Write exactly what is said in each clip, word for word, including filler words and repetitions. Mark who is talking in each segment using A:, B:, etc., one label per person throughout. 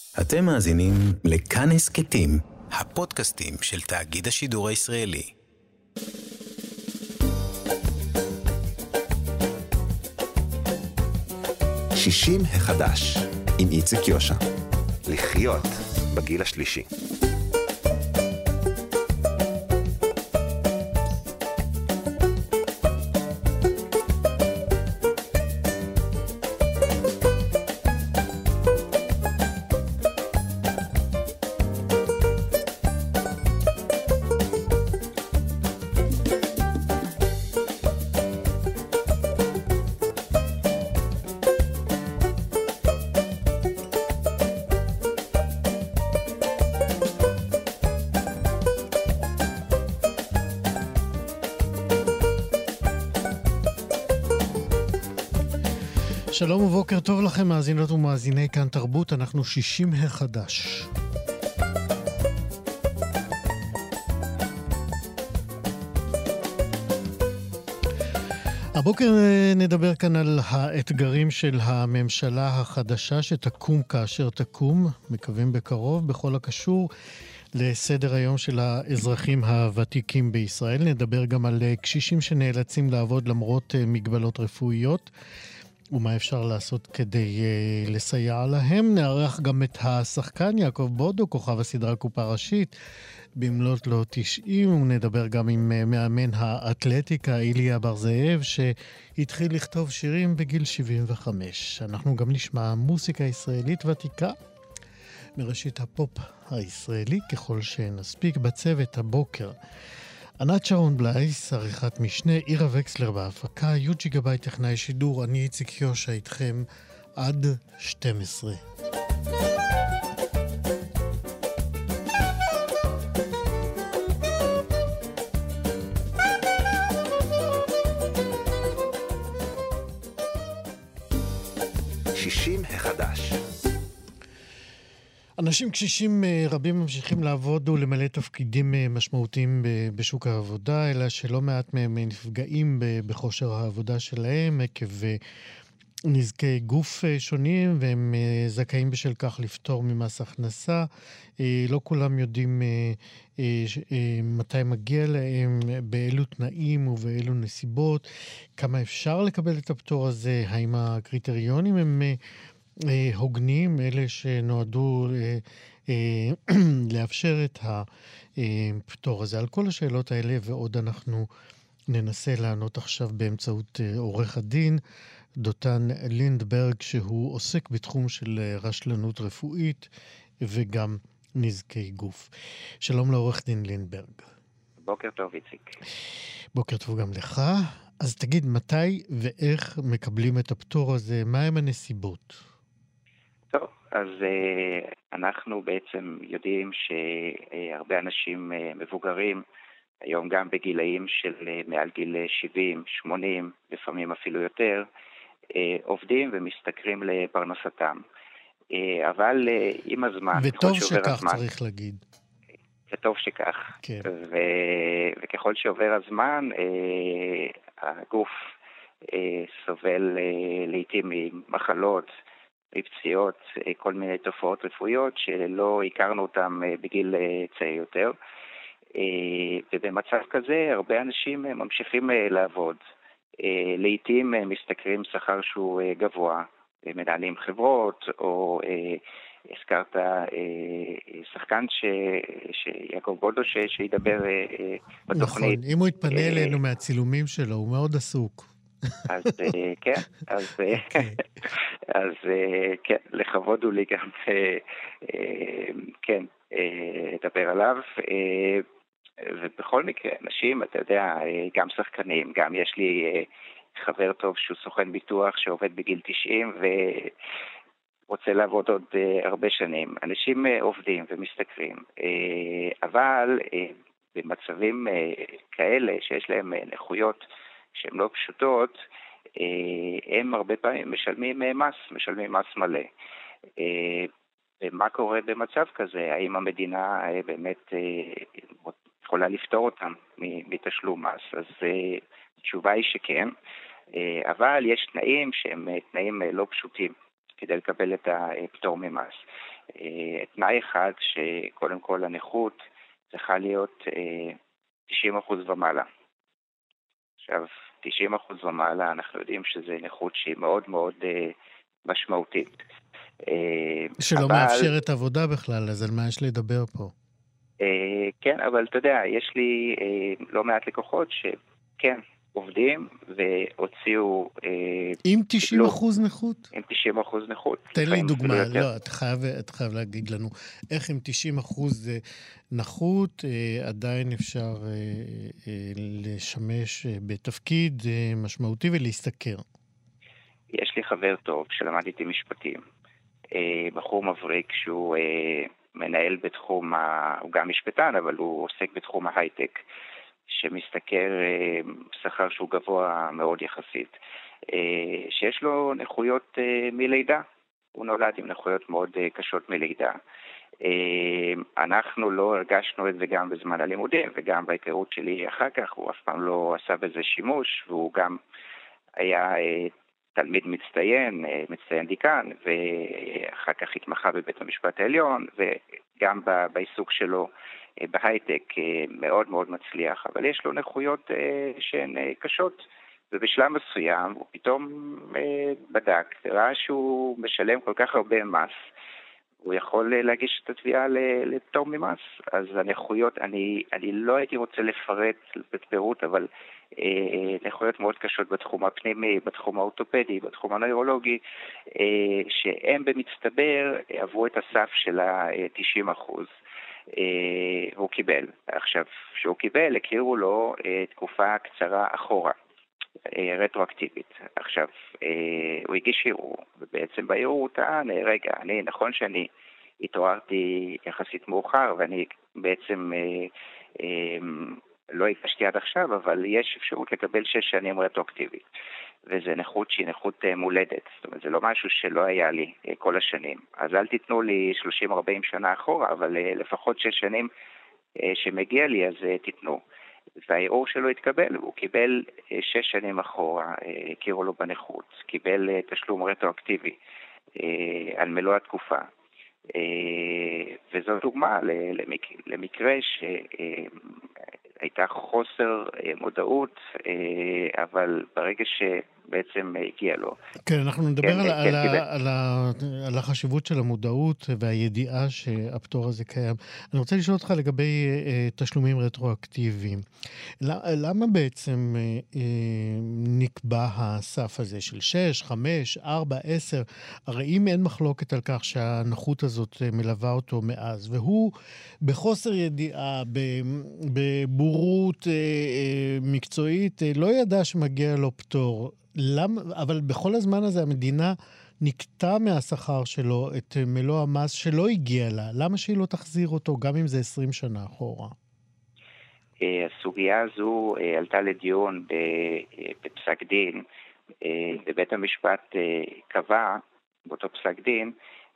A: אתם מאזינים לכאן הסכתים, הפודקאסטים של תאגיד השידור הישראלי.
B: שישים החדש, עם איציק יושע. לחיות בגיל השלישי.
C: שלום ובוקר טוב לכם, מאזינות ומאזיני כאן תרבות, אנחנו שישים החדש. הבוקר נדבר כאן על האתגרים של הממשלה החדשה שתקום כאשר תקום, מקווים בקרוב, בכל הקשור לסדר היום של האזרחים הוותיקים בישראל. נדבר גם על קשישים שנאלצים לעבוד למרות מגבלות רפואיות, ומה אפשר לעשות כדי uh, לסייע להם. נערך גם את השחקן יעקב בודו, כוכב הסדרה קופה ראשית, במלאת לו תשעים, ונדבר גם עם uh, מאמן האתלטיקה איליה בר זאב, שהתחיל לכתוב שירים בגיל שבעים וחמש. אנחנו גם נשמע מוסיקה ישראלית ותיקה, מראשית הפופ הישראלי, ככל שנספיק. בצוות הבוקר ענת שרון בלייס, עריכת משנה, אירה וקסלר בהפקה, יוג'י גבאי טכנאי שידור, אני איציק יושע איתכם עד שתים עשרה.
B: שישים החדש.
C: אנשים קשישים רבים ממשיכים לעבוד ולמלא תפקידים משמעותיים בשוק העבודה, אלא שלא מעט מהם נפגעים בכושר העבודה שלהם עקב נזקי גוף שונים, והם זכאים בשל כך לפטור ממס הכנסה. לא כולם יודעים מתי מגיע להם, באילו תנאים ובאילו נסיבות, כמה אפשר לקבל את הפטור הזה, האם הקריטריונים הם הוגנים, אלה שנועדו לאפשר את הפטור הזה. על כל השאלות האלה ועוד אנחנו ננסה לענות עכשיו באמצעות עורך הדין דותן לינדברג, שהוא עוסק בתחום של רשלנות רפואית וגם נזקי גוף. שלום לעורך דין לינדברג.
D: בוקר טוב איציק.
C: בוקר טוב גם לך. אז תגיד, מתי ואיך מקבלים את הפטור הזה? מה הם הנסיבות?
D: טוב, אז uh, אנחנו בעצם יודעים שהרבה אנשים uh, מבוגרים, היום גם בגילאים של uh, מעל גיל שבעים, שמונים, לפעמים אפילו יותר, uh, עובדים ומשתכרים לפרנסתם. Uh, אבל uh, עם הזמן,
C: וטוב שכך הזמן, צריך להגיד.
D: וטוב שכך.
C: כן.
D: ו... וככל שעובר הזמן, uh, הגוף uh, סובל uh, לעתים ממחלות, פציעות, כל מיני תופעות רפואיות שלא הכרנו אותם בגיל צעיר יותר. ובמצב כזה הרבה אנשים ממשיכים לעבוד. לעתים משתכרים שכר שהוא גבוה, מנהלים חברות, או הזכרת שחקן ש... שיעקב בודו ש... שידבר בתוכנית.
C: נכון, אם הוא יתפנה אלינו מהצילומים שלו, הוא מאוד עסוק.
D: אז כן, אז אז כן, לכבוד הוא לי גם כן לדבר עליו. ובכל מקרה, אנשים, אתה יודע, גם שחקנים, גם יש לי חבר טוב שהוא סוכן ביטוח שעובד בגיל תשעים ורוצה לעבוד עוד הרבה שנים. אנשים עובדים ומשתכרים, אבל במצבים כאלה שיש להם נכויות שהן לא פשוטות, הם הרבה פעמים משלמים מס, משלמים מס מלא. ומה קורה במצב כזה? האם המדינה באמת יכולה לפתור אותם מתשלום מס? אז התשובה היא שכן, אבל יש תנאים שהם תנאים לא פשוטים. כדי לקבל את הפטור ממס. תנאי אחד שקודם כל הנכות צריכה להיות תשעים אחוז ומעלה. עכשיו, תשעים אחוז ומעלה, אנחנו יודעים שזה נכות שהיא מאוד מאוד משמעותית.
C: שלא אבל... מאפשרת עבודה בכלל, אז על מה יש לדבר פה?
D: כן, אבל אתה יודע, יש לי לא מעט לקוחות שכן, עובדים והוציאו...
C: עם תשעים אחוז נכות?
D: עם תשעים אחוז נכות.
C: תן לי דוגמה, לא, אתה חייב, אתה חייב להגיד לנו איך עם תשעים אחוז נכות עדיין אפשר לשמש בתפקיד משמעותי ולהסתכר.
D: יש לי חבר טוב שלמד איתי משפטים, בחור מבריק שהוא מנהל בתחום, הוא גם משפטן, אבל הוא עוסק בתחום ההייטק, שמסתכר שכר שהוא גבוה מאוד יחסית, שיש לו נכויות מלידה. הוא נולד עם נכויות מאוד קשות מלידה. אנחנו לא הרגשנו את זה גם בזמן הלימודים, וגם בהיכרות שלי אחר כך, הוא אף פעם לא עשה בזה שימוש, והוא גם היה תלמיד מצטיין, מצטיין דיקן, ואחר כך התמחה בבית המשפט העליון, וגם בעיסוק שלו בהייטק מאוד מאוד מצליח, אבל יש לו נכויות שהן קשות, ובשלב מסוים הוא פתאום בדק, ראה שהוא משלם כל כך הרבה מס, הוא יכול להגיש את התביעה לפטור ממס. אז הנכויות, אני, אני לא הייתי רוצה לפרט בפירוט, אבל אה, נכויות מאוד קשות בתחום הפנימי, בתחום האורתופדי, בתחום הנוירולוגי, אה, שהם במצטבר עברו את הסף של ה-תשעים אחוז. אה, הוא קיבל. עכשיו, שהוא קיבל, הכירו לו אה, תקופה קצרה אחורה. רטרואקטיבית. עכשיו, הוא הגיש ערעור, ובעצם בערעור הוא טען, רגע, אני, נכון שאני התעוררתי יחסית מאוחר, ואני בעצם לא הגשתי עד עכשיו, אבל יש אפשרות לקבל שש שנים רטרואקטיבית, וזה נכות שהיא נכות מולדת, זאת אומרת, זה לא משהו שלא היה לי כל השנים, אז אל תיתנו לי שלושים ארבעים שנה אחורה, אבל לפחות שש שנים שמגיע לי, אז תיתנו. והערעור שלו התקבל, הוא קיבל שש שנים אחורה, הכירו לו בנכות, קיבל תשלום רטרואקטיבי על מלוא התקופה. וזו דוגמה למקרה שהייתה חוסר מודעות, אבל ברגע שבעצם הגיע לו.
C: כן, אנחנו נדבר על, על, על, על החשיבות של המודעות והידיעה שהפטור הזה קיים. אני רוצה לשאול אותך לגבי תשלומים רטרואקטיביים. למה בעצם נקבע הסף הזה של שש, חמש, ארבע, עשר? הרי אם אין מחלוקת על כך שהנכות הזאת מלווה אותו מאז, והוא בחוסר ידיעה, בבורות מקצועית, לא ידע שמגיע לו פטור. למה? אבל בכל הזמן הזה המדינה נקטה מהשכר שלו את מלוא המס שלא הגיע לה. למה שהיא לא תחזיר אותו, גם אם זה עשרים שנה אחורה?
D: הסוגיה הזו עלתה לדיון בפסק דין, ובית המשפט קבע באותו פסק דין,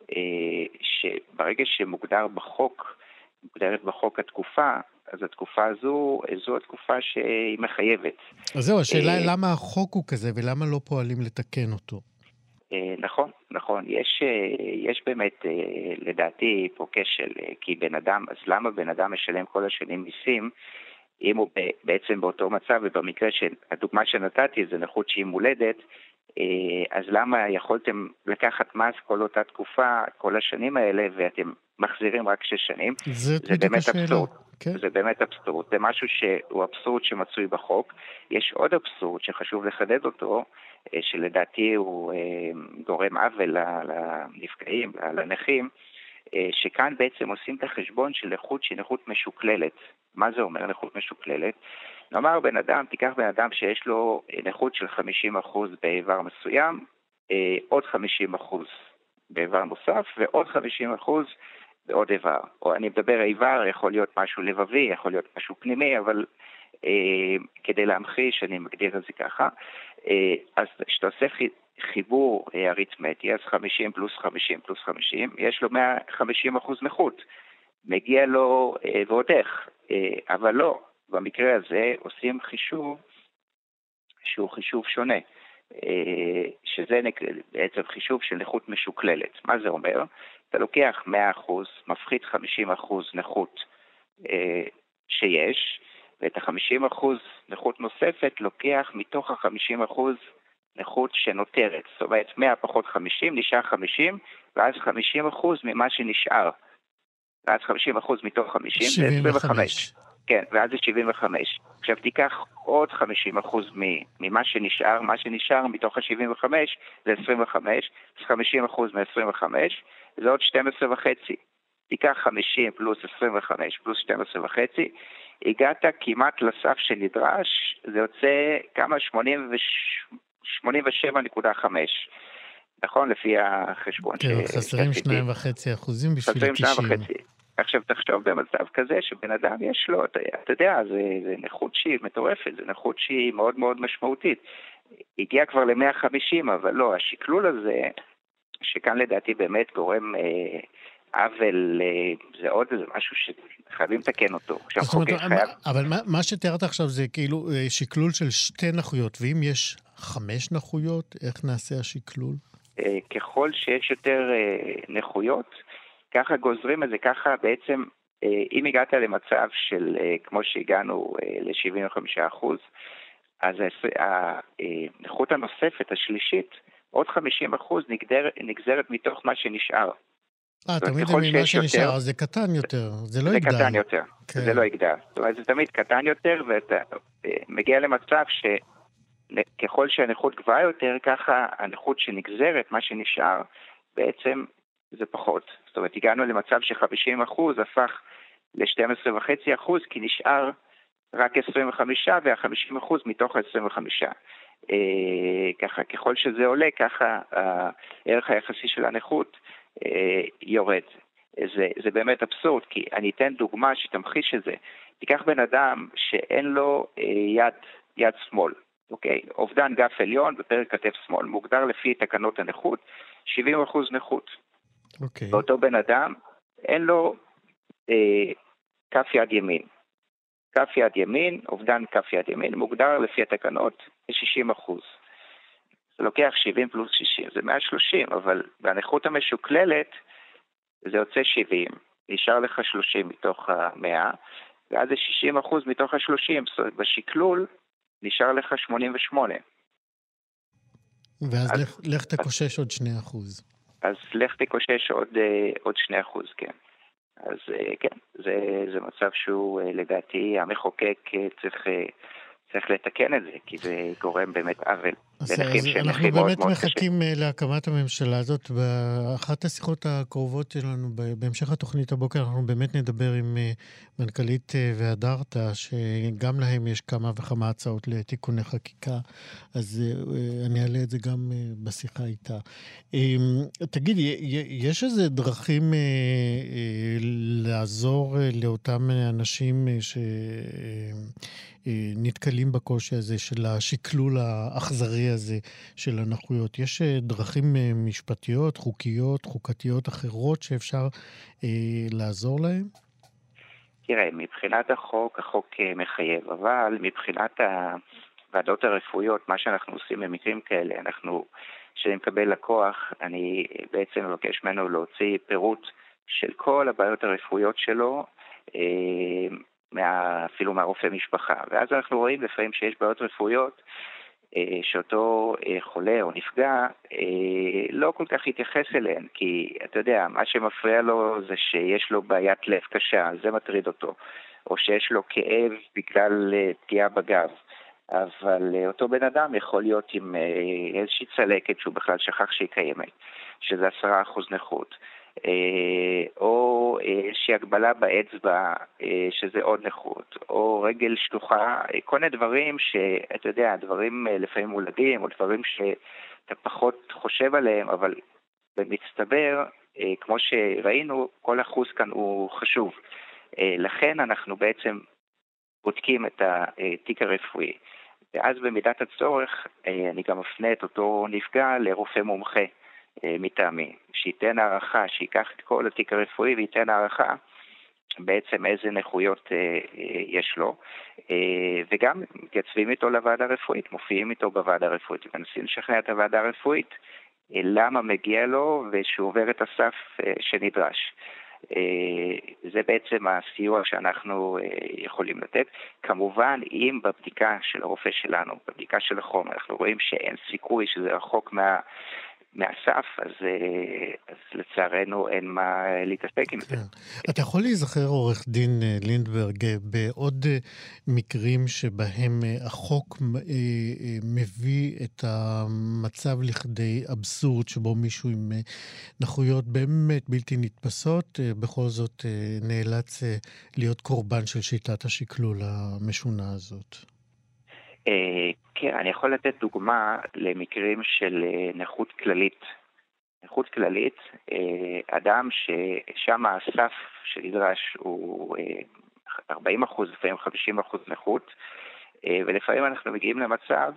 D: שברגע שמוגדר בחוק, מוגדרת בחוק התקופה, אז התקופה הזו, זו התקופה שהיא מחייבת.
C: אז זהו, השאלה היא למה החוק הוא כזה, ולמה לא פועלים לתקן אותו?
D: נכון, נכון. יש, יש באמת, לדעתי, פה כשל, כי בן אדם, אז למה בן אדם משלם כל השנים מיסים, אם הוא בעצם באותו מצב, ובמקרה שהדוגמה שנתתי, זה נכות שהיא מולדת, אז למה יכולתם לקחת מס כל אותה תקופה, כל השנים האלה, ואתם מחזירים רק שש שנים?
C: זה,
D: זה באמת אבסורד.
C: כן.
D: זה באמת אבסורד. זה משהו שהוא אבסורד שמצוי בחוק. יש עוד אבסורד שחשוב לחדד אותו, שלדעתי הוא גורם עוול לנפגעים, לנכים, שכאן בעצם עושים את החשבון של נכות שהיא נכות משוקללת. מה זה אומר נכות משוקללת? נאמר בן אדם, תיקח בן אדם שיש לו נכות של חמישים אחוז באיבר מסוים, עוד חמישים אחוז באיבר נוסף, ועוד חמישים אחוז בעוד איבר. או אני מדבר איבר, יכול להיות משהו לבבי, יכול להיות משהו פנימי, אבל אה, כדי להמחיש, אני מגדיר את זה ככה, אה, אז כשאתה עושה חיבור אה, אריתמטי, אז חמישים פלוס חמישים פלוס חמישים, יש לו מאה וחמישים אחוז נכות. מגיע לו אה, ועוד איך, אה, אבל לא. במקרה הזה עושים חישוב שהוא חישוב שונה. שזה בעצם חישוב של נכות משוקללת. מה זה אומר? אתה לוקח מאה אחוז, מפחית חמישים אחוז נכות שיש, ואת ה-חמישים אחוז נכות נוספת לוקח מתוך ה-חמישים אחוז נכות שנותרת. זאת אומרת, מאה פחות חמישים, נשאר חמישים, ואז חמישים אחוז ממה שנשאר. ואז חמישים אחוז מתוך חמישים, זה עשרים וחמש. כן, ואז זה שבעים וחמש. עכשיו תיקח עוד חמישים אחוז ממה שנשאר, מה שנשאר מתוך ה-שבעים וחמש, זה עשרים וחמש, אז חמישים אחוז מ-עשרים וחמש, זה עוד שתים עשרה וחצי. תיקח חמישים פלוס עשרים וחמש פלוס שתים עשרה וחצי, הגעת כמעט לסף שנדרש, זה יוצא כמה שמונים ושבע נקודה חמש. נכון? לפי החשבון.
C: כן, חסרים שניים וחצי אחוזים בשביל תשעים.
D: עכשיו תחשוב במצב כזה שבן אדם יש לו, אתה, אתה יודע, זה, זה נכות שהיא מטורפת, זה נכות שהיא מאוד מאוד משמעותית. הגיע כבר ל-מאה וחמישים, אבל לא, השקלול הזה, שכאן לדעתי באמת גורם אה, עוול, אה, זה עוד איזה משהו שחייבים לתקן אותו.
C: זאת אומרת, חייב... אבל מה, מה שתיארת עכשיו זה כאילו שקלול של שתי נכויות, ואם יש חמש נכויות, איך נעשה השקלול?
D: אה, ככל שיש יותר אה, נכויות, ככה גוזרים את זה, ככה בעצם, אם הגעת למצב של, כמו שהגענו ל-שבעים וחמישה אחוז, אז הנכות הנוספת, השלישית, עוד חמישים אחוז נגזרת מתוך מה שנשאר.
C: אה, תמיד ממה שנשאר, זה קטן יותר, זה לא יגדל.
D: זה קטן יותר, זה לא יגדל. זאת אומרת, זה תמיד קטן יותר, ואתה מגיע למצב שככל שהנכות גבוהה יותר, ככה הנכות שנגזרת, מה שנשאר, בעצם זה פחות. זאת אומרת, הגענו למצב ש-חמישים אחוז הפך ל-שתים עשרה וחצי אחוז, כי נשאר רק עשרים וחמישה, וה-חמישים אחוז מתוך ה-עשרים וחמישה. אה, ככה, ככל שזה עולה, ככה הערך היחסי של הנכות אה, יורד. זה, זה באמת אבסורד, כי אני אתן דוגמה שתמחיש את זה. תיקח בן אדם שאין לו אה, יד, יד שמאל. אוקיי? אובדן גף עליון בפרק כתף שמאל, מוגדר לפי תקנות הנכות, שבעים אחוז נכות.
C: אוקיי.
D: ואותו בן אדם, אין לו אה, כף יד ימין. כף יד ימין, אובדן כף יד ימין, מוגדר לפי התקנות ל-שישים אחוז. זה לוקח שבעים פלוס שישים, זה מאה ושלושים, אבל בנכות המשוקללת, זה יוצא שבעים, נשאר לך שלושים מתוך ה-מאה, ואז זה שישים אחוז מתוך ה-שלושים, בשקלול, נשאר לך שמונים ושמונה.
C: ואז אז, לך, לך תקושש אז, עוד שני אחוז.
D: אז לך תקושש עוד, עוד שני אחוז, כן. אז כן, זה, זה מצב שהוא לדעתי המחוקק צריך, צריך לתקן את זה, כי זה גורם באמת עוול.
C: אז, אז אנחנו באמת מאוד מחכים קשה. להקמת הממשלה הזאת. באחת השיחות הקרובות שלנו, בהמשך התוכנית הבוקר, אנחנו באמת נדבר עם מנכ"לית והדרת, שגם להם יש כמה וכמה הצעות לתיקוני חקיקה, אז אני אעלה את זה גם בשיחה איתה. תגיד, יש איזה דרכים לעזור לאותם אנשים ש... נתקלים בקושי הזה של השקלול האכזרי הזה של הנכויות? יש דרכים משפטיות, חוקיות, חוקתיות אחרות שאפשר אה, לעזור להם?
D: תראה, מבחינת החוק, החוק מחייב, אבל מבחינת הוועדות הרפואיות, מה שאנחנו עושים במקרים כאלה, אנחנו, כשאני מקבל לקוח, אני בעצם מבקש ממנו להוציא פירוט של כל הבעיות הרפואיות שלו, אה, מה, אפילו מהרופא משפחה. ואז אנחנו רואים לפעמים שיש בעיות רפואיות, אה, שאותו אה, חולה או נפגע אה, לא כל כך יתייחס אליהן, כי אתה יודע, מה שמפריע לו זה שיש לו בעיית לב קשה, זה מטריד אותו, או שיש לו כאב בגלל אה, פגיעה בגב. אבל אה, אותו בן אדם יכול להיות עם אה, איזושהי צלקת שהוא בכלל שכח שהיא קיימת, שזה עשרה אחוז נכות. או איזושהי הגבלה באצבע, שזה עוד נכות, או רגל שלוחה, כל מיני דברים שאתה יודע, דברים לפעמים מולדים, או דברים שאתה פחות חושב עליהם, אבל במצטבר, כמו שראינו, כל אחוז כאן הוא חשוב. לכן אנחנו בעצם בודקים את התיק הרפואי, ואז במידת הצורך אני גם מפנה את אותו נפגע לרופא מומחה, מטעמי, שייתן הערכה, שיקח את כל התיק הרפואי וייתן הערכה בעצם איזה נכויות יש לו, וגם מתייצבים איתו לוועדה הרפואית, מופיעים איתו בוועדה הרפואית, ומנסים לשכנע את הוועדה הרפואית למה מגיע לו ושהוא עובר את הסף שנדרש. זה בעצם הסיוע שאנחנו יכולים לתת. כמובן, אם בבדיקה של הרופא שלנו, בבדיקה של החום, אנחנו רואים שאין סיכוי שזה רחוק מה... מהסף, אז, אז לצערנו אין מה להתעסק עם זה.
C: אתה יכול להיזכר, עורך דין לינדברג, בעוד מקרים שבהם החוק מביא את המצב לכדי אבסורד, שבו מישהו עם נכויות באמת בלתי נתפסות, בכל זאת נאלץ להיות קורבן של שיטת השקלול המשונה הזאת?
D: כן, אני יכול לתת דוגמה למקרים של נכות כללית. נכות כללית, אדם ששם הסף שנדרש הוא ארבעים אחוז, לפעמים חמישים אחוז נכות, ולפעמים אנחנו מגיעים למצב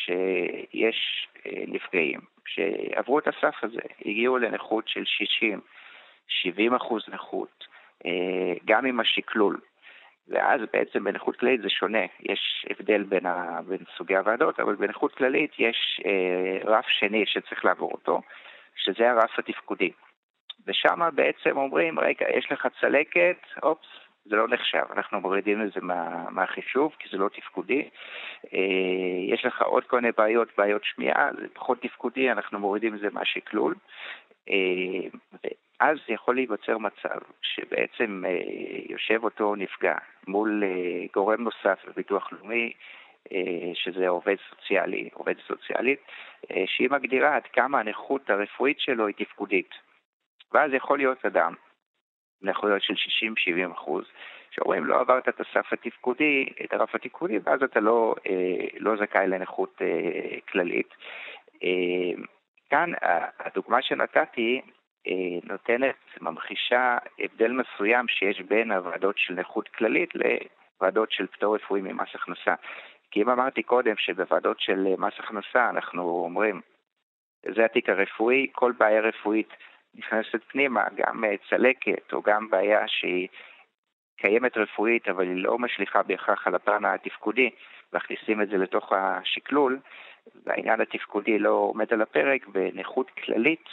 D: שיש נפגעים שעברו את הסף הזה, הגיעו לנכות של שישים, שבעים אחוז נכות, גם עם השקלול. ואז בעצם בנכות כללית זה שונה, יש הבדל בין, ה... בין סוגי הוועדות, אבל בנכות כללית יש אה, רף שני שצריך לעבור אותו, שזה הרף התפקודי. ושם בעצם אומרים, רגע, יש לך צלקת, אופס, זה לא נחשב, אנחנו מורידים את זה מה, מהחישוב, כי זה לא תפקודי. אה, יש לך עוד כל מיני בעיות, בעיות שמיעה, זה פחות תפקודי, אנחנו מורידים את זה מהשקלול. אה, אז יכול להיווצר מצב שבעצם אה, יושב אותו נפגע מול אה, גורם נוסף בביטוח לאומי, אה, שזה עובד סוציאלי, עובד סוציאלית, אה, שהיא מגדירה עד כמה הנכות הרפואית שלו היא תפקודית. ואז יכול להיות אדם, נכויות של שישים שבעים אחוז, שאומרים לא עברת את הסף התפקודי, את הרף התפקודי, ואז אתה לא, אה, לא זכאי לנכות אה, כללית. אה, כאן הדוגמה שנתתי, נותנת, ממחישה הבדל מסוים שיש בין הוועדות של נכות כללית לוועדות של פטור רפואי ממס הכנסה. כי אם אמרתי קודם שבוועדות של מס הכנסה אנחנו אומרים, זה התיק הרפואי, כל בעיה רפואית נכנסת פנימה, גם צלקת או גם בעיה שהיא קיימת רפואית אבל היא לא משליחה בהכרח על הפן התפקודי, מכניסים את זה לתוך השקלול, והעניין התפקודי לא עומד על הפרק. בנכות כללית,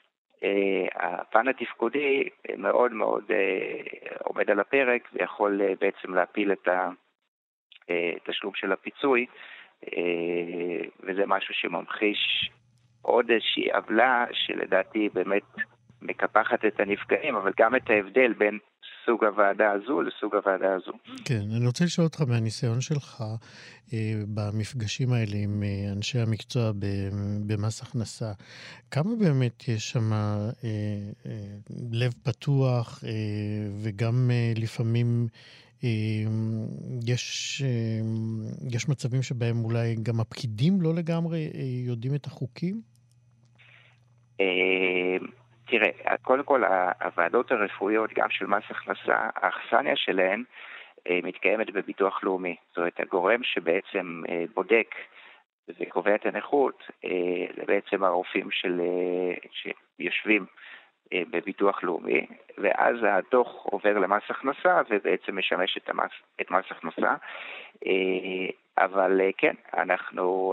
D: הפן התפקודי מאוד מאוד עומד על הפרק ויכול בעצם להפיל את התשלום של הפיצוי, וזה משהו שממחיש עוד איזושהי עוולה שלדעתי באמת מקפחת את הנפגעים, אבל גם את ההבדל בין סוג הוועדה הזו לסוג הוועדה הזו.
C: כן, אני רוצה לשאול אותך מהניסיון שלך אה, במפגשים האלה עם אה, אנשי המקצוע במס הכנסה, כמה באמת יש שם אה, אה, לב פתוח אה, וגם אה, לפעמים אה, יש, אה, יש מצבים שבהם אולי גם הפקידים לא לגמרי אה, יודעים את החוקים?
D: אה... תראה, קודם כל, הוועדות הרפואיות, גם של מס הכנסה, האכסניה שלהן מתקיימת בביטוח לאומי. זאת אומרת, הגורם שבעצם בודק וקובע את הנכות, זה בעצם הרופאים של, שיושבים בביטוח לאומי, ואז הדוח עובר למס הכנסה ובעצם משמש את, המס, את מס הכנסה. אבל כן, אנחנו...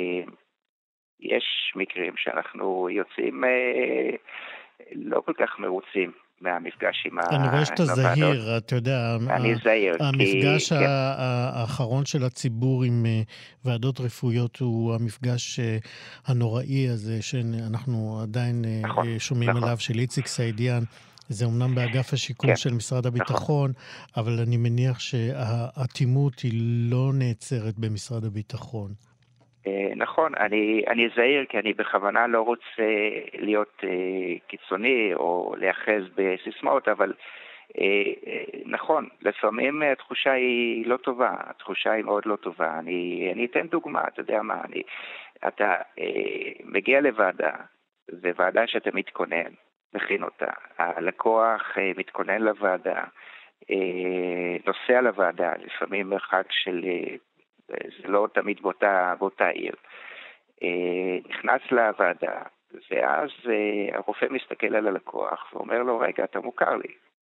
D: יש מקרים שאנחנו יוצאים אה, לא כל כך מרוצים מהמפגש עם הוועדות.
C: אני רואה שאתה זהיר, אתה יודע,
D: אני זהיר.
C: המפגש
D: כי,
C: האחרון של הציבור עם ועדות רפואיות הוא המפגש הנוראי הזה, שאנחנו עדיין נכון, שומעים נכון. עליו, של איציק סעידיאן. זה אומנם באגף השיקום כן, של משרד הביטחון, נכון. אבל אני מניח שהאטימות היא לא נעצרת במשרד הביטחון.
D: נכון, אני, אני זהיר כי אני בכוונה לא רוצה להיות אה, קיצוני או להיאחז בסיסמאות, אבל אה, אה, נכון, לפעמים התחושה היא לא טובה, התחושה היא מאוד לא טובה. אני, אני אתן דוגמה, אתה יודע מה, אני, אתה אה, מגיע לוועדה, זו ועדה שאתה מתכונן, מכין אותה, הלקוח אה, מתכונן לוועדה, אה, נוסע לוועדה, לפעמים מרחק של... אה, זה לא תמיד באותה, באותה עיר. נכנס לוועדה, ואז הרופא מסתכל על הלקוח ואומר לו, רגע, אתה מוכר לי.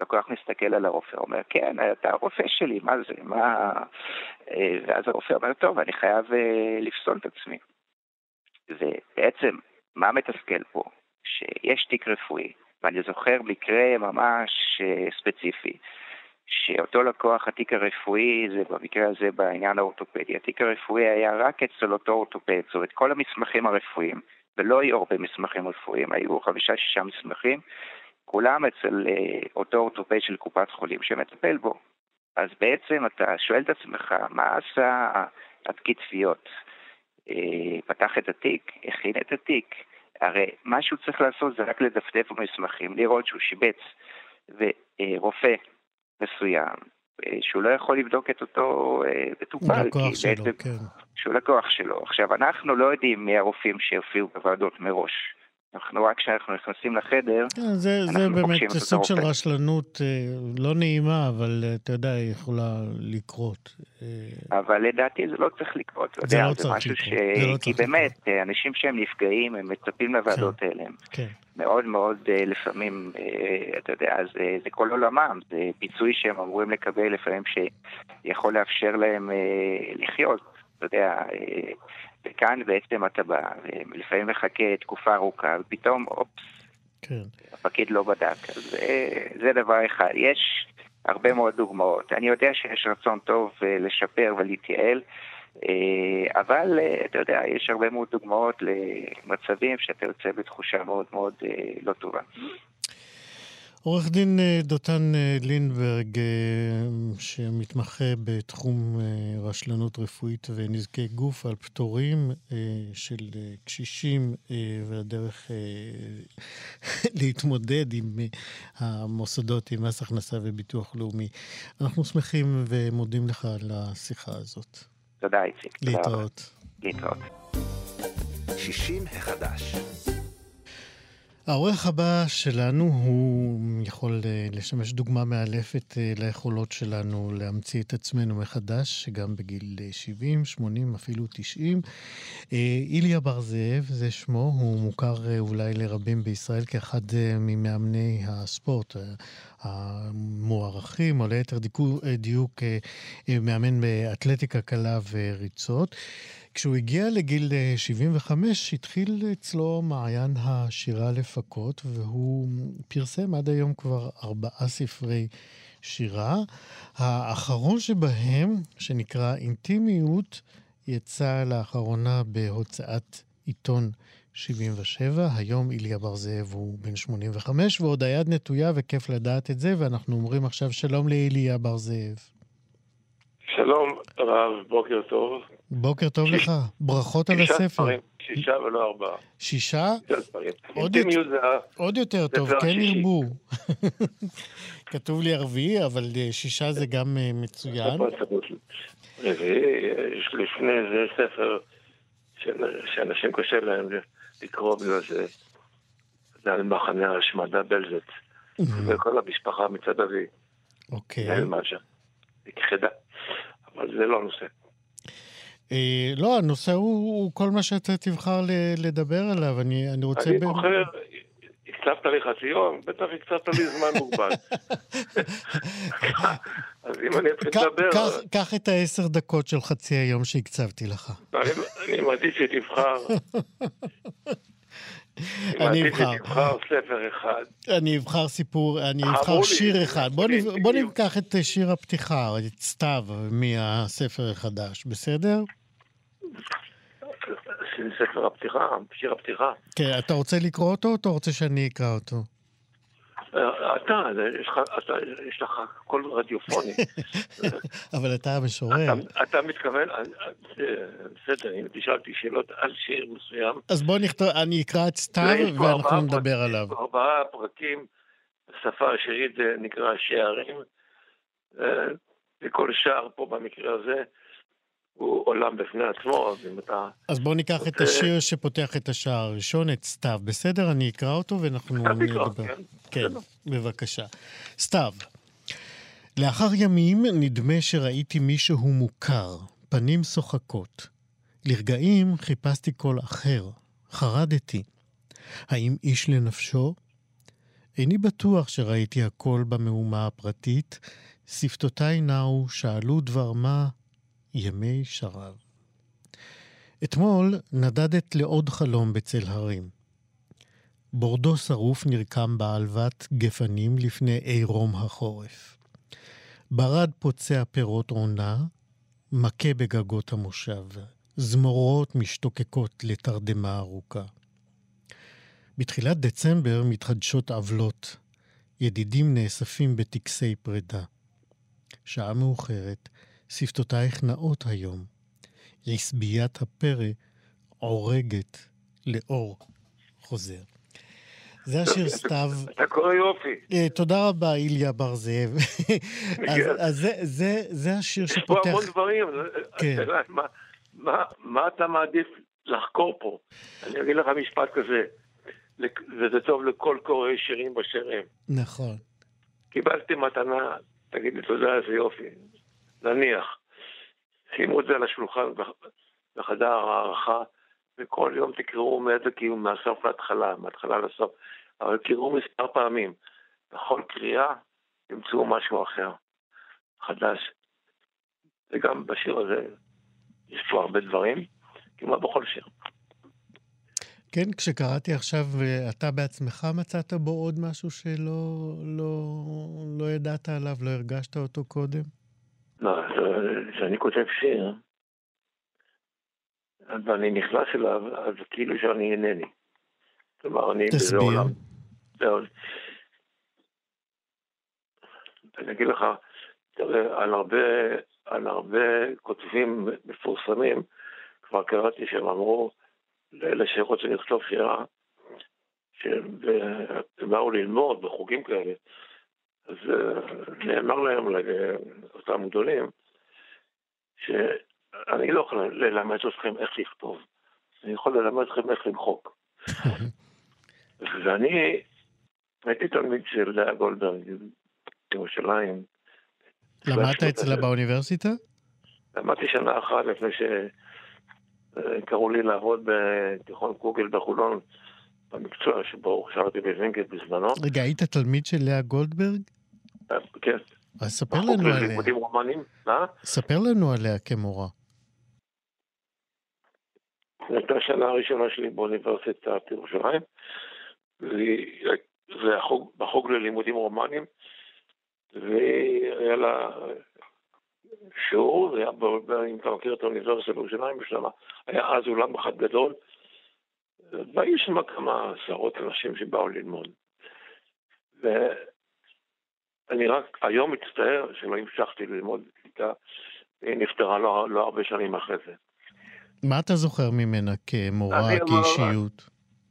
D: לקוח מסתכל על הרופא, אומר, כן, אתה הרופא שלי, מה זה, מה... ואז הרופא אומר, טוב, אני חייב לפסול את עצמי. ובעצם, מה מתסכל פה? שיש תיק רפואי, ואני זוכר מקרה ממש ספציפי, שאותו לקוח, התיק הרפואי, זה במקרה הזה בעניין האורתופדי, התיק הרפואי היה רק אצל אותו אורתופד, זאת אומרת, כל המסמכים הרפואיים, ולא היו הרבה מסמכים רפואיים, היו חמישה, שישה מסמכים, כולם אצל אותו אורתופד של קופת חולים שמטפל בו. אז בעצם אתה שואל את עצמך, מה עשה הפקיד תביעות? פתח את התיק, הכין את התיק, הרי מה שהוא צריך לעשות זה רק לדפדף במסמכים, לראות שהוא שיבץ ורופא מסוים, שהוא לא יכול לבדוק את אותו מטופל,
C: לקוח שלו, כן.
D: שהוא לקוח שלו. עכשיו, אנחנו לא יודעים מי הרופאים שהופיעו בוועדות מראש. אנחנו רק כשאנחנו נכנסים לחדר,
C: זה, זה באמת סוג של רשלנות לא נעימה, אבל אתה יודע, היא יכולה לקרות.
D: אבל לדעתי זה לא צריך לקרות.
C: זה
D: יודע,
C: לא
D: זה
C: צריך
D: משהו
C: לקרות.
D: ש...
C: זה לא
D: כי
C: צריך
D: באמת,
C: לקרות.
D: אנשים שהם נפגעים, הם מצפים לוועדות
C: כן.
D: האלה.
C: כן.
D: מאוד מאוד לפעמים, אתה יודע, זה, זה כל עולמם, זה פיצוי שהם אמורים לקבל לפעמים שיכול לאפשר להם לחיות, אתה יודע, וכאן בעצם אתה בא, ולפעמים מחכה תקופה ארוכה, ופתאום, אופס, כן. הפקיד לא בדק. אז זה, זה דבר אחד. יש הרבה מאוד דוגמאות. אני יודע שיש רצון טוב לשפר ולהתייעל, אבל אתה יודע, יש הרבה מאוד דוגמאות למצבים שאתה יוצא בתחושה מאוד מאוד לא טובה.
C: עורך דין דותן לינברג, שמתמחה בתחום רשלנות רפואית ונזקי גוף על פטורים של קשישים והדרך להתמודד עם המוסדות, עם מס הכנסה וביטוח לאומי. אנחנו שמחים ומודים לך על השיחה הזאת.
D: תודה, איציק.
C: להתראות.
D: להתראות.
B: שישים החדש.
C: העורך הבא שלנו הוא יכול לשמש דוגמה מאלפת ליכולות שלנו להמציא את עצמנו מחדש, גם בגיל שבעים, שמונים, אפילו תשעים. איליה בר זאב, זה שמו, הוא מוכר אולי לרבים בישראל כאחד ממאמני הספורט המוערכים, או ליתר דיוק מאמן באתלטיקה קלה וריצות. כשהוא הגיע לגיל שבעים וחמש, התחיל אצלו מעיין השירה לפקות, והוא פרסם עד היום כבר ארבעה ספרי שירה. האחרון שבהם, שנקרא אינטימיות, יצא לאחרונה בהוצאת עיתון שבעים ושבע. היום איליה בר זאב הוא בן שמונים וחמש, ועוד היד נטויה וכיף לדעת את זה, ואנחנו אומרים עכשיו שלום לאיליה בר זאב.
E: שלום רב, בוקר טוב.
C: בוקר טוב לך, ברכות על הספר.
E: שישה ולא ארבעה.
C: שישה?
E: אינטימיות זה...
C: עוד יותר טוב, כן ירבו. כתוב לי הרביעי, אבל שישה זה גם מצוין.
E: רביעי, יש לפני זה ספר שאנשים קשה להם לקרוא בגלל זה. זה על מחנה השמדה בלזט. וכל המשפחה מצד אבי.
C: אוקיי.
E: זה משהו. זה כחדה. אבל זה לא הנושא.
C: לא, הנושא הוא כל מה שאתה תבחר לדבר עליו. אני רוצה...
E: אני בוחר, הקצבת לי חצי יום, בטח הקצבת לי זמן מוגבל. אז אם אני אתחיל לדבר...
C: קח את העשר דקות של חצי היום שהקצבתי לך.
E: אני מעדיף שתבחר...
C: אני אבחר.
E: תבחר ספר אחד.
C: אני אבחר סיפור, אני אבחר שיר אחד. בוא ניקח את שיר הפתיחה, את סתיו מהספר החדש, בסדר?
E: ספר הפתיחה, שיר הפתיחה.
C: כן, אתה רוצה לקרוא אותו או אתה רוצה שאני אקרא אותו?
E: אתה, יש לך קול רדיופוני.
C: אבל אתה המשורר.
E: אתה מתכוון, בסדר, אם תשאלתי שאלות על שיר מסוים.
C: אז בוא נכתוב, אני אקרא את סתיו ואנחנו נדבר עליו.
E: ארבעה פרקים, השפה השירית זה נקרא שערים, וכל שער פה במקרה הזה הוא עולם בפני עצמו.
C: אז בוא ניקח את השיר שפותח את השער הראשון, את סתיו, בסדר? אני אקרא אותו ואנחנו נדבר. כן, בבקשה. סתיו. לאחר ימים נדמה שראיתי מישהו מוכר, פנים שוחקות. לרגעים חיפשתי קול אחר, חרדתי. האם איש לנפשו? איני בטוח שראיתי הכל במהומה הפרטית, שפתותיי נעו, שאלו דבר מה, ימי שרב. אתמול נדדת לעוד חלום בצל הרים. בורדו שרוף נרקם בעלבת גפנים לפני עירום החורף. ברד פוצע פירות עונה, מכה בגגות המושב, זמורות משתוקקות לתרדמה ארוכה. בתחילת דצמבר מתחדשות עבלות, ידידים נאספים בטקסי פרידה. שעה מאוחרת, שפתותייך נאות היום, עשביית הפרא עורגת לאור חוזר. זה השיר סתיו.
E: אתה קורא יופי.
C: תודה רבה, איליה בר זאב. אז זה השיר שפותח...
E: יש פה המון דברים. מה אתה מעדיף לחקור פה? אני אגיד לך משפט כזה, וזה טוב לכל קוראי שירים בשירים.
C: נכון.
E: קיבלתי מתנה, תגיד לי תודה, איזה יופי. נניח, שימו את זה על השולחן בחדר הערכה, וכל יום תקראו מאיזה קיום, מהסוף להתחלה, מההתחלה לסוף, אבל קראו מספר פעמים. בכל קריאה ימצאו משהו אחר, חדש. וגם בשיר הזה יש פה הרבה דברים, כמעט בכל שיר.
C: כן, כשקראתי עכשיו, אתה בעצמך מצאת בו עוד משהו שלא לא, לא ידעת עליו, לא הרגשת אותו קודם?
E: לא, כשאני כותב שיר, ואני נכנס אליו, אז כאילו שאני אינני. כלומר, אני...
C: תסביר.
E: אני אגיד לך, תראה, על הרבה, על הרבה כותבים מפורסמים, כבר קראתי שהם אמרו, לאלה שרוצים לכתוב שירה, שהם באו ללמוד בחוגים כאלה, אז נאמר להם, לאותם גדולים, שאני לא יכול ללמד אתכם איך לכתוב, אני יכול ללמד אתכם איך למחוק. ואני הייתי תלמיד של לאה גולדברג, בירושלים.
C: למדת אצלה באוניברסיטה?
E: למדתי שנה אחת לפני שקראו לי לעבוד בתיכון קוגל בחולון, במקצוע שבו חשבתי בווינגייט בזמנו.
C: רגע, היית תלמיד של לאה גולדברג?
E: כן.
C: אז ספר לנו עליה.
E: לימודים רומנים, אה?
C: ספר לנו עליה כמורה.
E: הייתה השנה הראשונה שלי באוניברסיטת ירושלים, זה בחוג ללימודים רומנים, והיה לה שיעור, אם אתה מכיר את האוניברסיטת ירושלים, היה אז אולם אחד גדול, והיו שם כמה עשרות אנשים שבאו ללמוד. ואני רק היום מצטער שלא המשכתי ללמוד איתה, היא נפטרה לא, לא הרבה שנים אחרי זה.
C: מה אתה זוכר ממנה כמורה, כאישיות?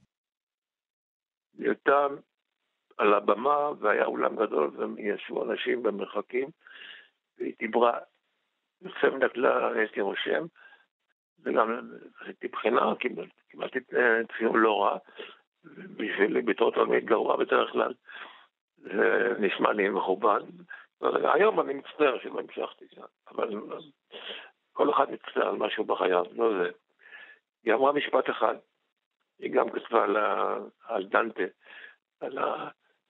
E: היא הייתה על הבמה, והיה אולם גדול, וישבו אנשים במרחקים, והיא דיברה, יוצא מן הכלל, הייתי רושם, וגם הייתי בחינה, קיבלתי ציון לא רע, בשבילי בתור תלמיד גרוע בדרך כלל, זה נשמע לי מכובד. היום אני מצטער שלא המשכתי, אבל כל אחד מצטער על משהו בחייו, לא זה. היא אמרה משפט אחד, היא גם כתבה על, על דנטה, על ה...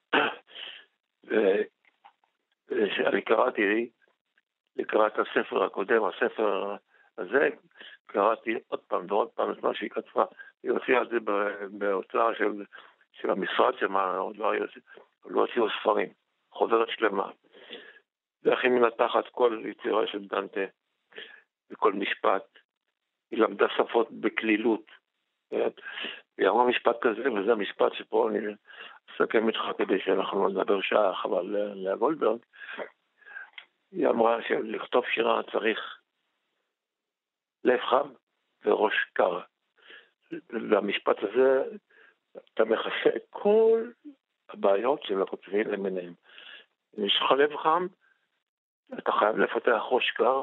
E: ושאני קראתי לקראת הספר הקודם, הספר הזה, קראתי עוד פעם ועוד פעם את מה שהיא כתבה. היא הוציאה את זה בהוצאה של, של המשרד, שמה עוד לא, לא הוציאו ספרים, חוזרת שלמה. ואיך היא מנתחת כל יצירה של דנטה, וכל משפט. היא למדה שפות בכלילות. היא אמרה משפט כזה, וזה המשפט שפה אני אסכם איתך כדי שאנחנו נדבר שעה, אבל לאה גולדברג, היא אמרה שלכתוב שירה צריך לב חם וראש קר. והמשפט הזה, אתה מכסה את כל הבעיות של הכותבים למיניהם. אם יש לך לב חם, אתה חייב לפתח ראש קר,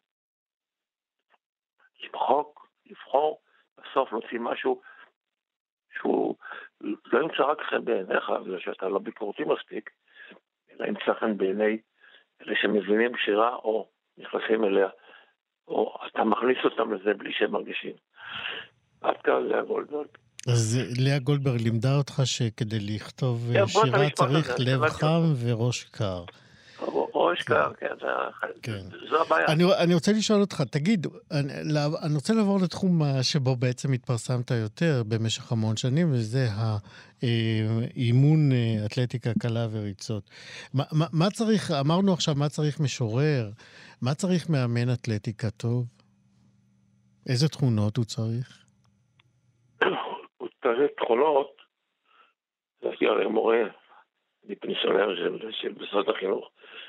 E: למחוק, לבחור, בסוף להוציא משהו שהוא לא ימצא רק חן בעיניך, בגלל שאתה לא ביקורתי מספיק, אלא ימצא חן בעיני אלה שמבינים שירה או נכנסים אליה, או אתה מכניס אותם לזה בלי שהם מרגישים. עד כאן לאה גולדברג.
C: אז לאה גולדברג לימדה אותך שכדי לכתוב
E: כן, בוא
C: שירה
E: את המשפט
C: צריך
E: הזה,
C: לב
E: שמעתי
C: חם
E: אותו.
C: וראש קר.
E: ראש קר, כן, זה-
C: כן.
E: זו הבעיה.
C: אני, אני רוצה לשאול אותך, תגיד, אני, אני רוצה לעבור לתחום שבו בעצם התפרסמת יותר במשך המון שנים, וזה האימון אתלטיקה קלה וריצות. מה, מה, מה צריך, אמרנו עכשיו, מה צריך משורר? מה צריך מאמן אתלטיקה טוב? איזה תכונות הוא צריך?
E: הוא צריך תכונות, זה הרי מורה, אני פנסיונר של, של משרד החינוך,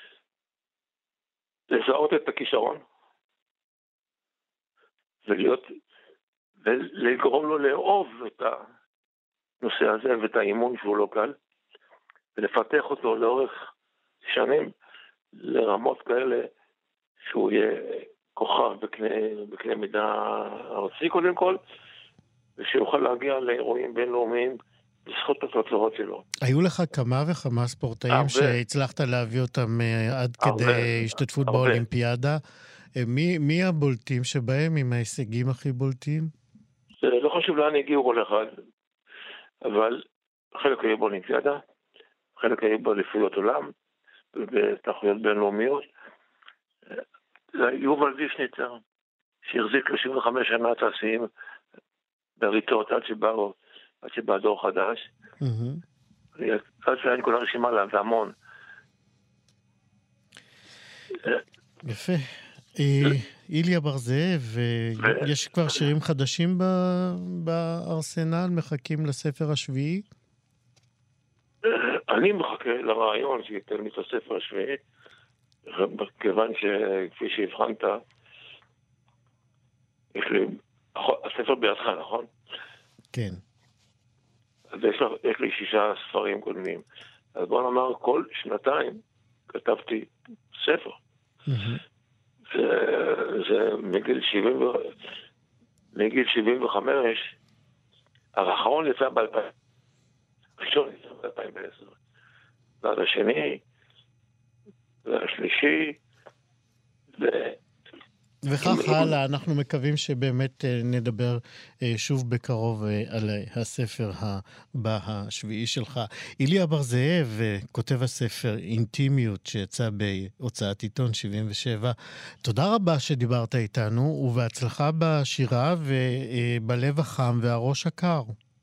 E: לזהות את הכישרון, ולהיות, ולגרום לו לאהוב את הנושא הזה ואת האימון שהוא לא קל, ולפתח אותו לאורך שנים לרמות כאלה שהוא יהיה כוכב בקנה, בקנה מידה ארצי קודם כל, ושיוכל להגיע לאירועים בינלאומיים בזכות התוצאות שלו.
C: היו לך כמה וכמה ספורטאים
E: הרבה.
C: שהצלחת להביא אותם עד
E: הרבה.
C: כדי השתתפות
E: הרבה.
C: באולימפיאדה. מי, מי הבולטים שבהם עם ההישגים הכי בולטים?
E: זה לא חשוב לאן הגיעו כל אחד, אבל חלק היו באולימפיאדה, חלק היו באליפויות עולם, בתחרויות בינלאומיות. יובל דישניצר, שהחזיק שלושים וחמש שנה את השיאים בריצות עד שבאו, עד שבא דור חדש. עד שהיה כל הרשימה לה, זה המון.
C: יפה. איליה בר זאב, יש כבר שירים חדשים בארסנל, מחכים לספר השביעי?
E: אני מחכה לרעיון שייתן לי את הספר השביעי, כיוון שכפי שהבחנת, יש לי, הספר בידך, נכון?
C: כן.
E: אז יש, יש לי שישה ספרים קודמים. אז בוא נאמר, כל שנתיים כתבתי ספר. זה, זה מגיל שבעים, מגיל שבעים וחמש, האחרון יצא ב-אלפיים, הראשון יצא ב-אלפיים ועשר. ועד השני, והשלישי, ו...
C: וכך הלאה, אנחנו מקווים שבאמת נדבר שוב בקרוב על הספר הבא השביעי שלך. איליה בר זאב, כותב הספר אינטימיות שיצא בהוצאת עיתון שבעים ושבע, תודה רבה שדיברת איתנו, ובהצלחה בשירה ובלב החם והראש הקר.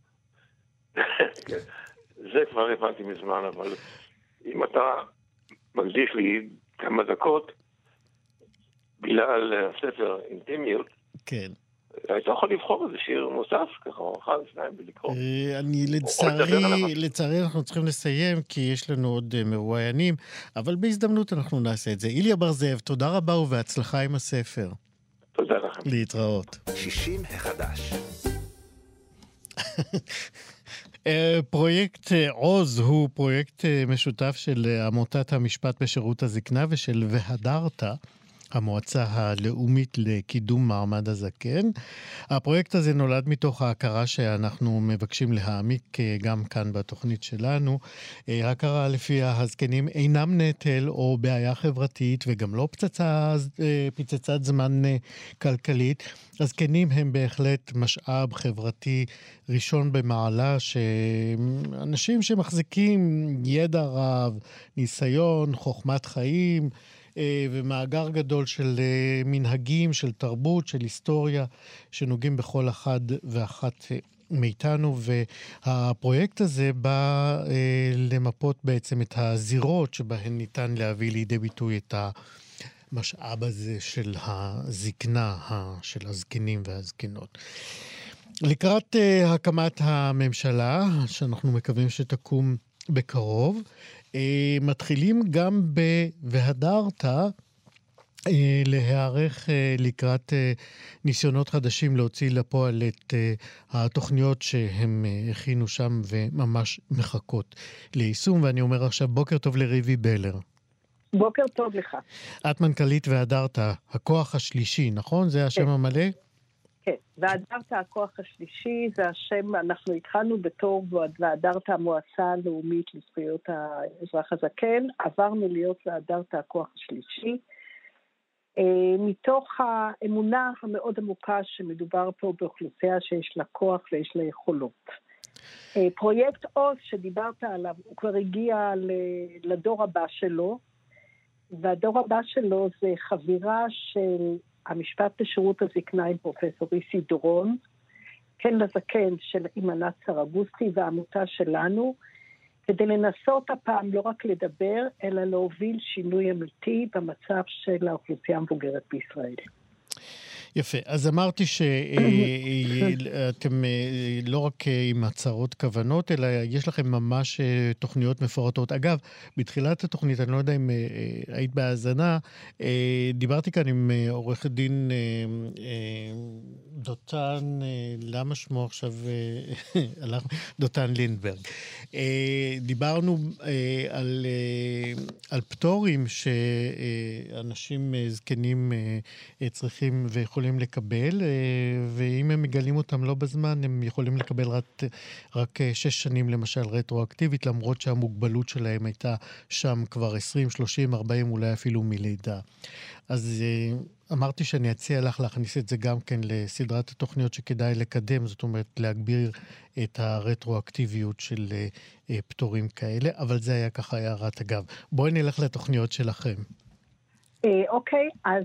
E: זה כבר הבנתי מזמן, אבל אם אתה מקדיש לי כמה דקות, בגלל הספר אינטימיות,
C: כן.
E: היית יכול לבחור איזה שיר נוסף, ככה, אחד, שניים, ולקרוא.
C: אני לצערי, לצערי אנחנו צריכים לסיים, כי יש לנו עוד מרואיינים, אבל בהזדמנות אנחנו נעשה את זה. איליה בר זאב, תודה רבה ובהצלחה עם הספר.
E: תודה לכם.
C: להתראות.
B: שישים החדש.
C: פרויקט עוז הוא פרויקט משותף של עמותת המשפט בשירות הזקנה ושל והדרת, המועצה הלאומית לקידום מעמד הזקן. הפרויקט הזה נולד מתוך ההכרה שאנחנו מבקשים להעמיק גם כאן בתוכנית שלנו. ההכרה לפיה הזקנים אינם נטל או בעיה חברתית וגם לא פצצה, פצצת זמן כלכלית. הזקנים הם בהחלט משאב חברתי ראשון במעלה, שאנשים שמחזיקים ידע רב, ניסיון, חוכמת חיים, ומאגר גדול של מנהגים, של תרבות, של היסטוריה, שנוגעים בכל אחד ואחת מאיתנו, והפרויקט הזה בא למפות בעצם את הזירות שבהן ניתן להביא לידי ביטוי את המשאב הזה של הזקנה, של הזקנים והזקנות. לקראת הקמת הממשלה, שאנחנו מקווים שתקום בקרוב, מתחילים גם ב"והדרת" להיערך לקראת ניסיונות חדשים להוציא לפועל את התוכניות שהם הכינו שם וממש מחכות ליישום. ואני אומר עכשיו בוקר טוב לריבי בלר.
F: בוקר טוב לך.
C: את מנכ"לית והדרת, הכוח השלישי, נכון? זה השם המלא?
F: כן, והדרת הכוח השלישי זה השם, אנחנו התחלנו בתור והדרת המועצה הלאומית לזכויות האזרח הזקן, עברנו להיות והדרת הכוח השלישי, מתוך האמונה המאוד עמוקה שמדובר פה באוכלוסייה שיש לה כוח ויש לה יכולות. פרויקט עוז שדיברת עליו, הוא כבר הגיע לדור הבא שלו, והדור הבא שלו זה חבירה של המשפט לשירות הזקנה עם פרופסור איסי דורון, כן לזקן של אימנת סרגוסטי והעמותה שלנו, כדי לנסות הפעם לא רק לדבר, אלא להוביל שינוי אמיתי במצב של האוכלוסייה המבוגרת בישראל.
C: יפה, אז אמרתי שאתם לא רק עם הצהרות כוונות, אלא יש לכם ממש תוכניות מפורטות. אגב, בתחילת התוכנית, אני לא יודע אם היית בהאזנה, דיברתי כאן עם עורך דין דותן, למה שמו עכשיו, דותן לינדברג. דיברנו על, על פטורים שאנשים זקנים צריכים ויכולים יכולים לקבל, ואם הם מגלים אותם לא בזמן, הם יכולים לקבל רק, רק שש שנים למשל רטרואקטיבית, למרות שהמוגבלות שלהם הייתה שם כבר עשרים, שלושים, ארבעים, אולי אפילו מלידה. אז אמרתי שאני אציע לך להכניס את זה גם כן לסדרת התוכניות שכדאי לקדם, זאת אומרת להגביר את הרטרואקטיביות של פטורים כאלה, אבל זה היה ככה הערת אגב. בואי נלך לתוכניות שלכם.
F: אוקיי, אז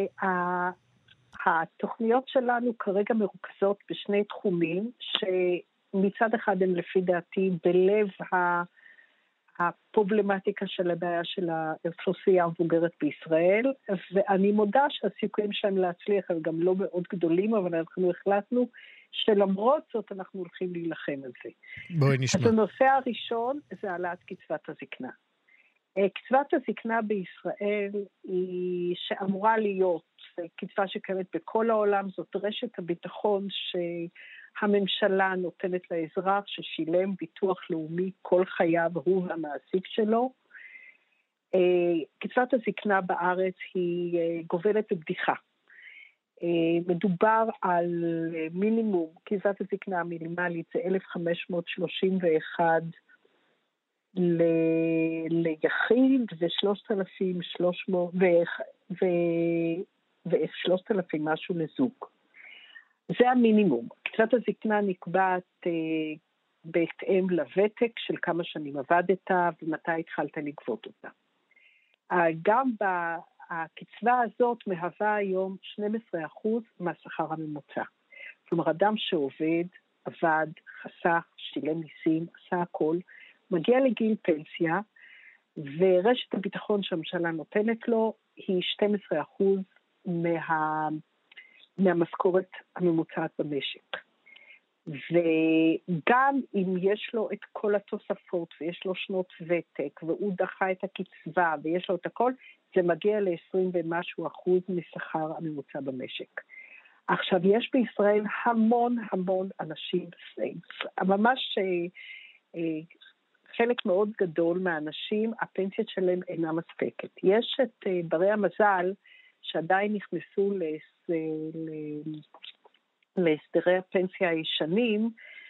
F: התוכניות שלנו כרגע מרוכזות בשני תחומים, שמצד אחד הם לפי דעתי בלב הפרובלמטיקה של הבעיה של האוכלוסייה המבוגרת בישראל, ואני מודה שהסיכויים שלהם להצליח הם גם לא מאוד גדולים, אבל אנחנו החלטנו שלמרות זאת אנחנו הולכים להילחם על זה.
C: בואי נשמע.
F: אז הנושא הראשון זה העלאת קצבת הזקנה. קצבת הזקנה בישראל היא שאמורה להיות קצבה שקיימת בכל העולם, זאת רשת הביטחון שהממשלה נותנת לאזרח ששילם ביטוח לאומי כל חייו, הוא והמעסיק שלו. קצבת הזקנה בארץ היא גובלת בבדיחה. מדובר על מינימום, קצבת הזקנה המינימלית זה אלף חמש מאות שלושים ואחת ל- ליחיד ו-שלושת אלפים ושלוש מאות ו-שלושת אלפים משהו לזוג. זה המינימום. קצבת הזקנה נקבעת אה, בהתאם לוותק של כמה שנים עבדת ומתי התחלת לגבות אותה. אה, גם בקצבה הזאת מהווה היום שנים עשר אחוז מהשכר הממוצע. כלומר, אדם שעובד, עבד, חסך, שילם מיסים, עשה הכל, מגיע לגיל פנסיה, ורשת הביטחון שהממשלה נותנת לו היא שנים עשר אחוז מה, מהמשכורת הממוצעת במשק. וגם אם יש לו את כל התוספות, ויש לו שנות ותק, והוא דחה את הקצבה, ויש לו את הכל, זה מגיע ל-עשרים ומשהו אחוז משכר הממוצע במשק. עכשיו, יש בישראל המון המון אנשים, ממש חלק מאוד גדול מהאנשים, הפנסיה שלהם אינה מספקת. יש את ברי המזל שעדיין נכנסו להסדרי הפנסיה הישנים,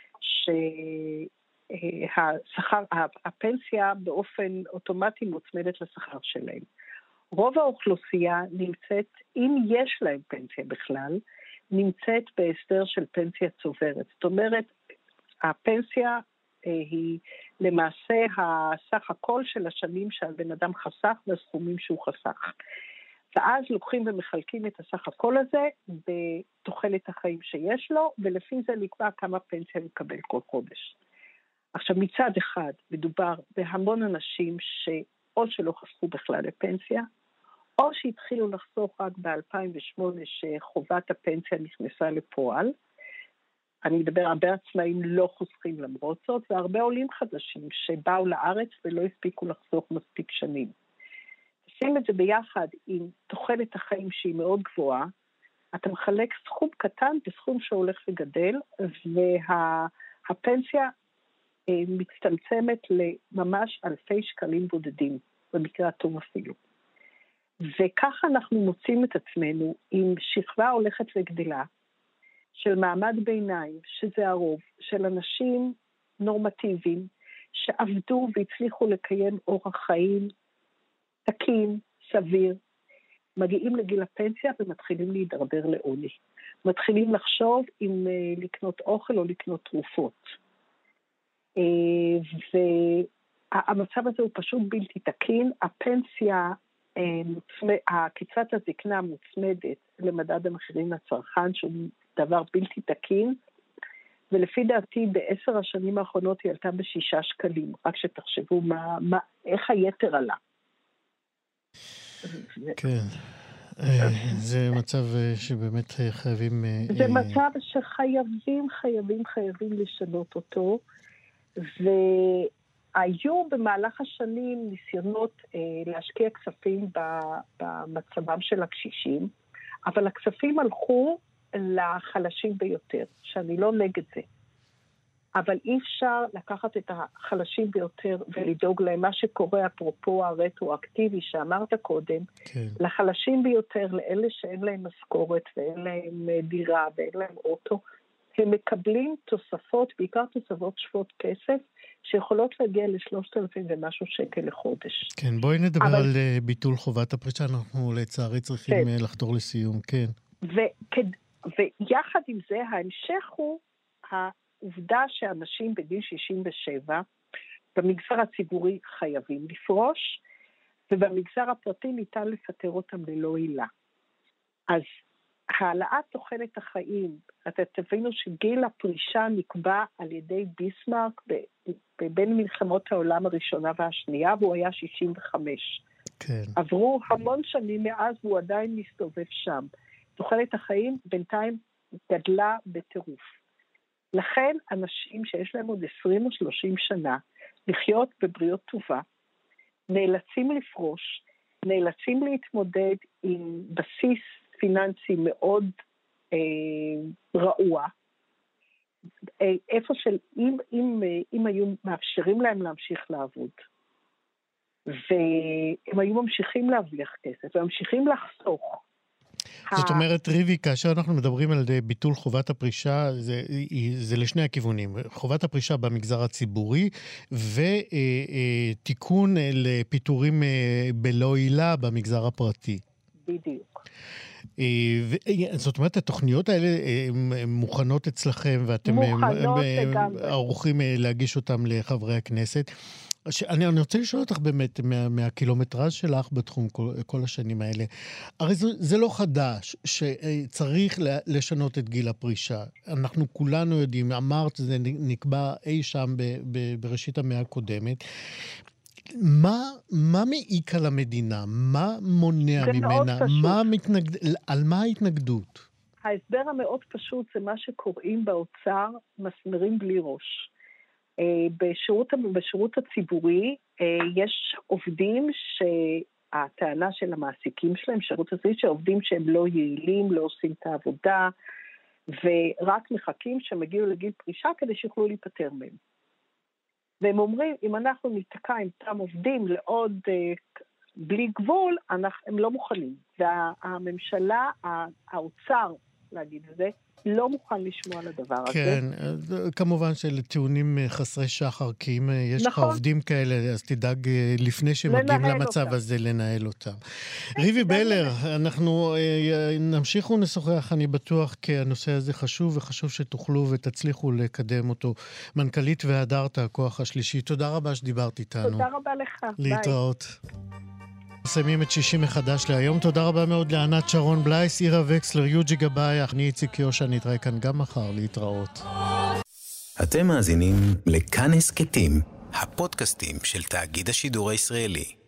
F: שהשכר, הפנסיה באופן אוטומטי מוצמדת לשכר שלהם. רוב האוכלוסייה נמצאת, אם יש להם פנסיה בכלל, נמצאת בהסדר של פנסיה צוברת. זאת אומרת, הפנסיה היא למעשה הסך הכל של השנים שהבן אדם חסך והסכומים שהוא חסך. ואז לוקחים ומחלקים את הסך הכל הזה בתוחלת החיים שיש לו, ולפי זה נקבע כמה פנסיה מקבל כל חודש. עכשיו מצד אחד מדובר בהמון אנשים שאו שלא חסכו בכלל לפנסיה, או שהתחילו לחסוך רק ב-אלפיים ושמונה שחובת הפנסיה נכנסה לפועל. אני מדבר, הרבה עצמאים לא חוסכים למרות זאת, והרבה עולים חדשים שבאו לארץ ולא הספיקו לחסוך מספיק שנים. שים את זה ביחד עם תוחלת החיים שהיא מאוד גבוהה, אתה מחלק סכום קטן בסכום שהולך וגדל, והפנסיה מצטמצמת לממש אלפי שקלים בודדים, במקרה הטוב אפילו. וככה אנחנו מוצאים את עצמנו עם שכבה הולכת וגדלה, של מעמד ביניים, שזה הרוב, של אנשים נורמטיביים, שעבדו והצליחו לקיים אורח חיים תקין, סביר, מגיעים לגיל הפנסיה ומתחילים להידרדר לעוני. מתחילים לחשוב אם uh, לקנות אוכל או לקנות תרופות. Uh, והמצב הזה הוא פשוט בלתי תקין. הפנסיה, uh, מוצמד, הקצבת הזקנה מוצמדת למדד המחירים לצרכן, שהוא דבר בלתי תקין, ולפי דעתי בעשר השנים האחרונות היא עלתה בשישה שקלים, רק שתחשבו מה, מה, איך היתר עלה.
C: כן. זה מצב שבאמת חייבים...
F: זה מצב שחייבים, חייבים, חייבים לשנות אותו, והיו במהלך השנים ניסיונות להשקיע כספים במצבם של הקשישים, אבל הכספים הלכו לחלשים ביותר, שאני לא נגד זה. אבל אי אפשר לקחת את החלשים ביותר ולדאוג להם. מה שקורה, אפרופו הרטרואקטיבי שאמרת קודם, כן. לחלשים ביותר, לאלה שאין להם משכורת ואין להם דירה ואין להם אוטו, הם מקבלים תוספות, בעיקר תוספות שוות כסף, שיכולות להגיע לשלושת אלפים ומשהו שקל לחודש.
C: כן, בואי נדבר אבל... על ביטול חובת הפרישה, אנחנו לצערי צריכים כן. לחתור לסיום, כן.
F: וכד... ויחד עם זה, ההמשך הוא העובדה שאנשים בגיל שישים ושבע, במגזר הציבורי חייבים לפרוש, ובמגזר הפרטי ניתן לפטר אותם ללא עילה. אז העלאת תוחלת החיים, אתם תבינו שגיל הפרישה נקבע על ידי ביסמרק בין מלחמות העולם הראשונה והשנייה, והוא היה שישים וחמש. כן. עברו המון שנים מאז והוא עדיין מסתובב שם. תוחלת החיים בינתיים גדלה בטירוף. לכן אנשים שיש להם עוד עשרים או שלושים שנה לחיות בבריאות טובה, נאלצים לפרוש, נאלצים להתמודד עם בסיס פיננסי מאוד אה, רעוע, אה, איפה של אם, אם, אם היו מאפשרים להם להמשיך לעבוד, והם היו ממשיכים להבליח כסף, וממשיכים לחסוך,
C: זאת אומרת, ריבי, כאשר אנחנו מדברים על ביטול חובת הפרישה, זה, זה לשני הכיוונים. חובת הפרישה במגזר הציבורי, ותיקון לפיטורים בלא עילה במגזר הפרטי.
F: בדיוק.
C: זאת אומרת, התוכניות האלה מוכנות אצלכם, ואתם ערוכים להגיש אותם לחברי הכנסת. אני, אני רוצה לשאול אותך באמת מה, מהקילומטרז שלך בתחום כל, כל השנים האלה. הרי זה, זה לא חדש שצריך לשנות את גיל הפרישה. אנחנו כולנו יודעים, אמרת, זה נקבע אי שם ב, ב, בראשית המאה הקודמת. מה, מה מעיק על המדינה? מה מונע ממנה? מה מתנגד... על מה ההתנגדות?
F: ההסבר המאוד פשוט זה מה שקוראים באוצר מסמרים בלי ראש. בשירות, בשירות הציבורי יש עובדים שהטענה של המעסיקים שלהם, שירות הציבורי, שעובדים שהם לא יעילים, לא עושים את העבודה, ורק מחכים שהם הגיעו לגיל פרישה כדי שיוכלו להיפטר מהם. והם אומרים, אם אנחנו ניתקע עם אותם עובדים לעוד בלי גבול, אנחנו, הם לא מוכנים. והממשלה, האוצר, להגיד את זה, לא מוכן לשמוע על הדבר הזה.
C: כן, כמובן שלטיעונים חסרי שחר, כי אם יש לך עובדים כאלה, אז תדאג לפני שמגיעים למצב הזה לנהל אותם. ריבי בלר, אנחנו נמשיך ונשוחח, אני בטוח, כי הנושא הזה חשוב, וחשוב שתוכלו ותצליחו לקדם אותו. מנכ"לית והדרת, הכוח השלישי, תודה רבה שדיברת איתנו.
F: תודה רבה לך.
C: להתראות. מסיימים את שישים מחדש להיום. תודה רבה מאוד לענת שרון בלייס, אירה וקסלר, יוג'י גבאי, אני איציק יושע, נתראה כאן גם מחר, להתראות.
A: אתם מאזינים לכאן הסכתים, הפודקאסטים של תאגיד השידור הישראלי.